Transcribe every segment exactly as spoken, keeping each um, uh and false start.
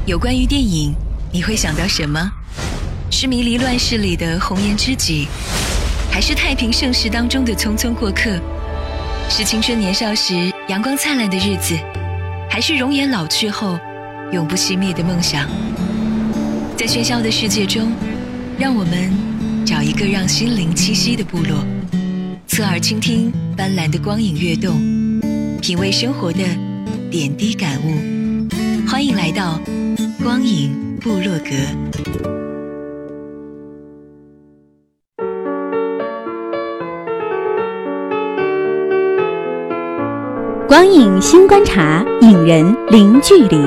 有关于电影，你会想到什么？是迷离乱世里的红颜知己，还是太平盛世当中的匆匆过客？是青春年少时阳光灿烂的日子，还是容颜老去后永不熄灭的梦想？在喧嚣的世界中，让我们找一个让心灵栖息的部落，侧耳倾听斑斓的光影跃动，品味生活的点滴感悟。欢迎来到光影部落格。 光影新观察，影人零距离。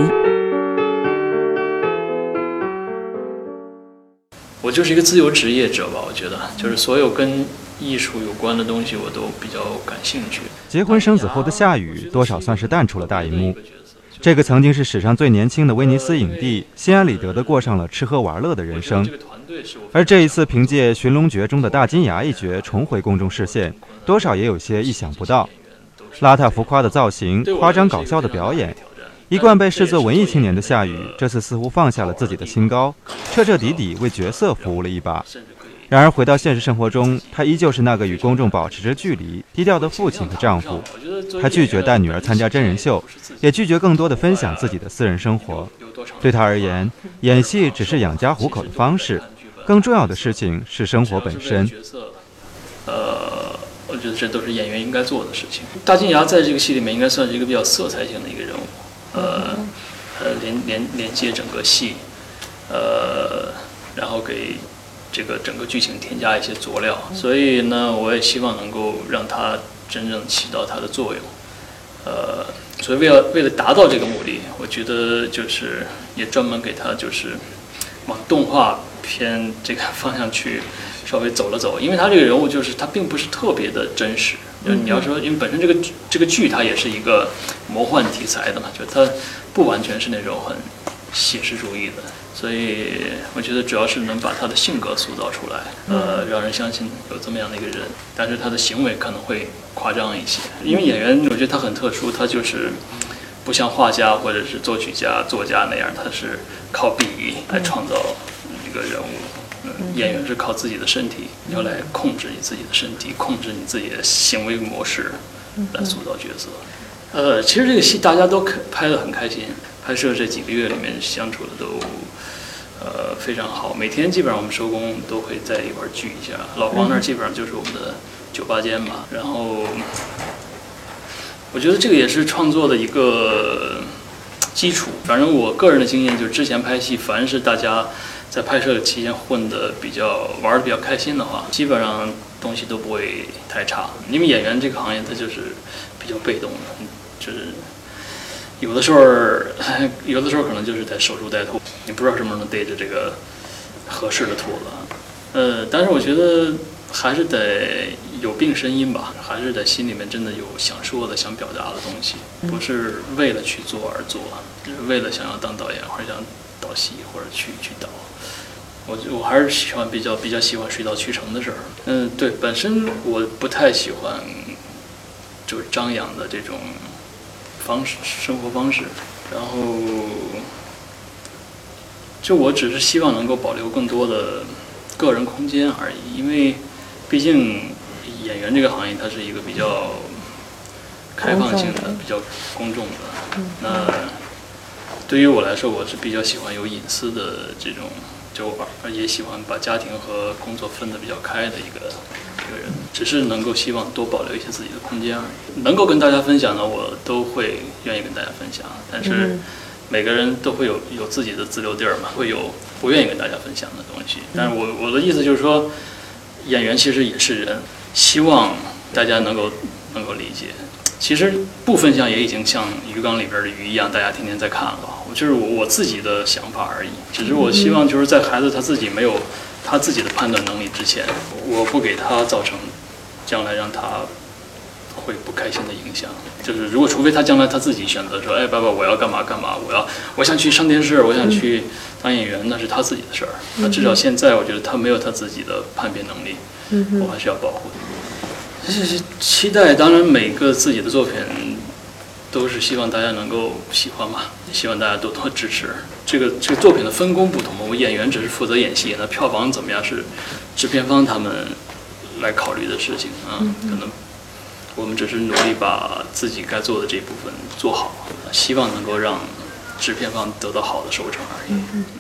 我就是一个自由职业者吧，我觉得就是所有跟艺术有关的东西我都比较感兴趣。 结婚生子后的夏雨多少算是淡出了大荧幕，这个曾经是史上最年轻的威尼斯影帝，心安理得地过上了吃喝玩乐的人生。而这一次凭借《寻龙诀》中的大金牙一角重回公众视线，多少也有些意想不到。邋遢浮夸的造型，夸张搞笑的表演，一贯被视作文艺青年的夏雨，这次似乎放下了自己的清高，彻彻底底为角色服务了一把。然而回到现实生活中，他依旧是那个与公众保持着距离、低调的父亲和丈夫。他拒绝带女儿参加真人秀，也拒绝更多的分享自己的私人生活。对他而言，演戏只是养家糊口的方式，更重要的事情是生活本身。 呃，我觉得这都是演员应该做的事情。大金牙在这个戏里面应该算是一个比较色彩性的一个人物，呃，呃，连连连接整个戏，呃，然后给这个整个剧情添加一些佐料。所以呢，我也希望能够让它真正起到它的作用。呃，所以为了为了达到这个目的，我觉得就是也专门给他就是往动画片这个方向去稍微走了走，因为他这个人物就是他并不是特别的真实。就是你要说，因为本身这个这个剧它也是一个魔幻题材的嘛，就它不完全是那种很写实主义的，所以我觉得主要是能把他的性格塑造出来，呃，让人相信有这么样的一个人，但是他的行为可能会夸张一些，因为演员我觉得他很特殊，他就是不像画家或者是作曲家、作家那样，他是靠笔来创造一个人物。嗯，演员是靠自己的身体，要来控制你自己的身体，控制你自己的行为模式，来塑造角色。呃，其实这个戏大家都拍得很开心，拍摄这几个月里面相处的都呃非常好，每天基本上我们收工都会在一块聚一下。老黄那儿基本上就是我们的酒吧间嘛，然后我觉得这个也是创作的一个基础。反正我个人的经验就是，之前拍戏，凡是大家在拍摄期间混得比较玩得比较开心的话，基本上东西都不会太差。因为演员这个行业它就是比较被动的，就是有的时候有的时候可能就是在守株待兔，你不知道什么时候能逮着这个合适的兔子。呃，但是我觉得还是得有病呻吟吧，还是在心里面真的有想说的、想表达的东西，不是为了去做而做，就是为了想要当导演或者想导戏或者去去导。我我还是喜欢比较比较喜欢水到渠成的事儿。嗯，对，本身我不太喜欢就是张扬的这种方式生活方式，然后就我只是希望能够保留更多的个人空间而已，因为毕竟演员这个行业它是一个比较开放性的、比较公众的。那对于我来说，我是比较喜欢有隐私的这种，就也喜欢把家庭和工作分得比较开的一个一个人，只是能够希望多保留一些自己的空间而已。能够跟大家分享的，我都会愿意跟大家分享，但是每个人都会有有自己的自留地儿嘛，会有不愿意跟大家分享的东西。但是我我的意思就是说，演员其实也是人，希望大家能够能够理解。其实不分享也已经像鱼缸里边的鱼一样，大家天天在看了。就是我我自己的想法而已，只是我希望就是在孩子他自己没有他自己的判断能力之前，我不给他造成将来让他会不开心的影响。就是如果除非他将来他自己选择说，哎，爸爸我要干嘛干嘛，我要我想去上电视，我想去当演员，那是他自己的事儿。那至少现在我觉得他没有他自己的判别能力，我还是要保护他。期待当然每个自己的作品都是希望大家能够喜欢嘛，希望大家多多支持。这个这个作品的分工不同，我演员只是负责演戏，那票房怎么样是制片方他们来考虑的事情啊。可能我们只是努力把自己该做的这一部分做好，希望能够让制片方得到好的收成而已。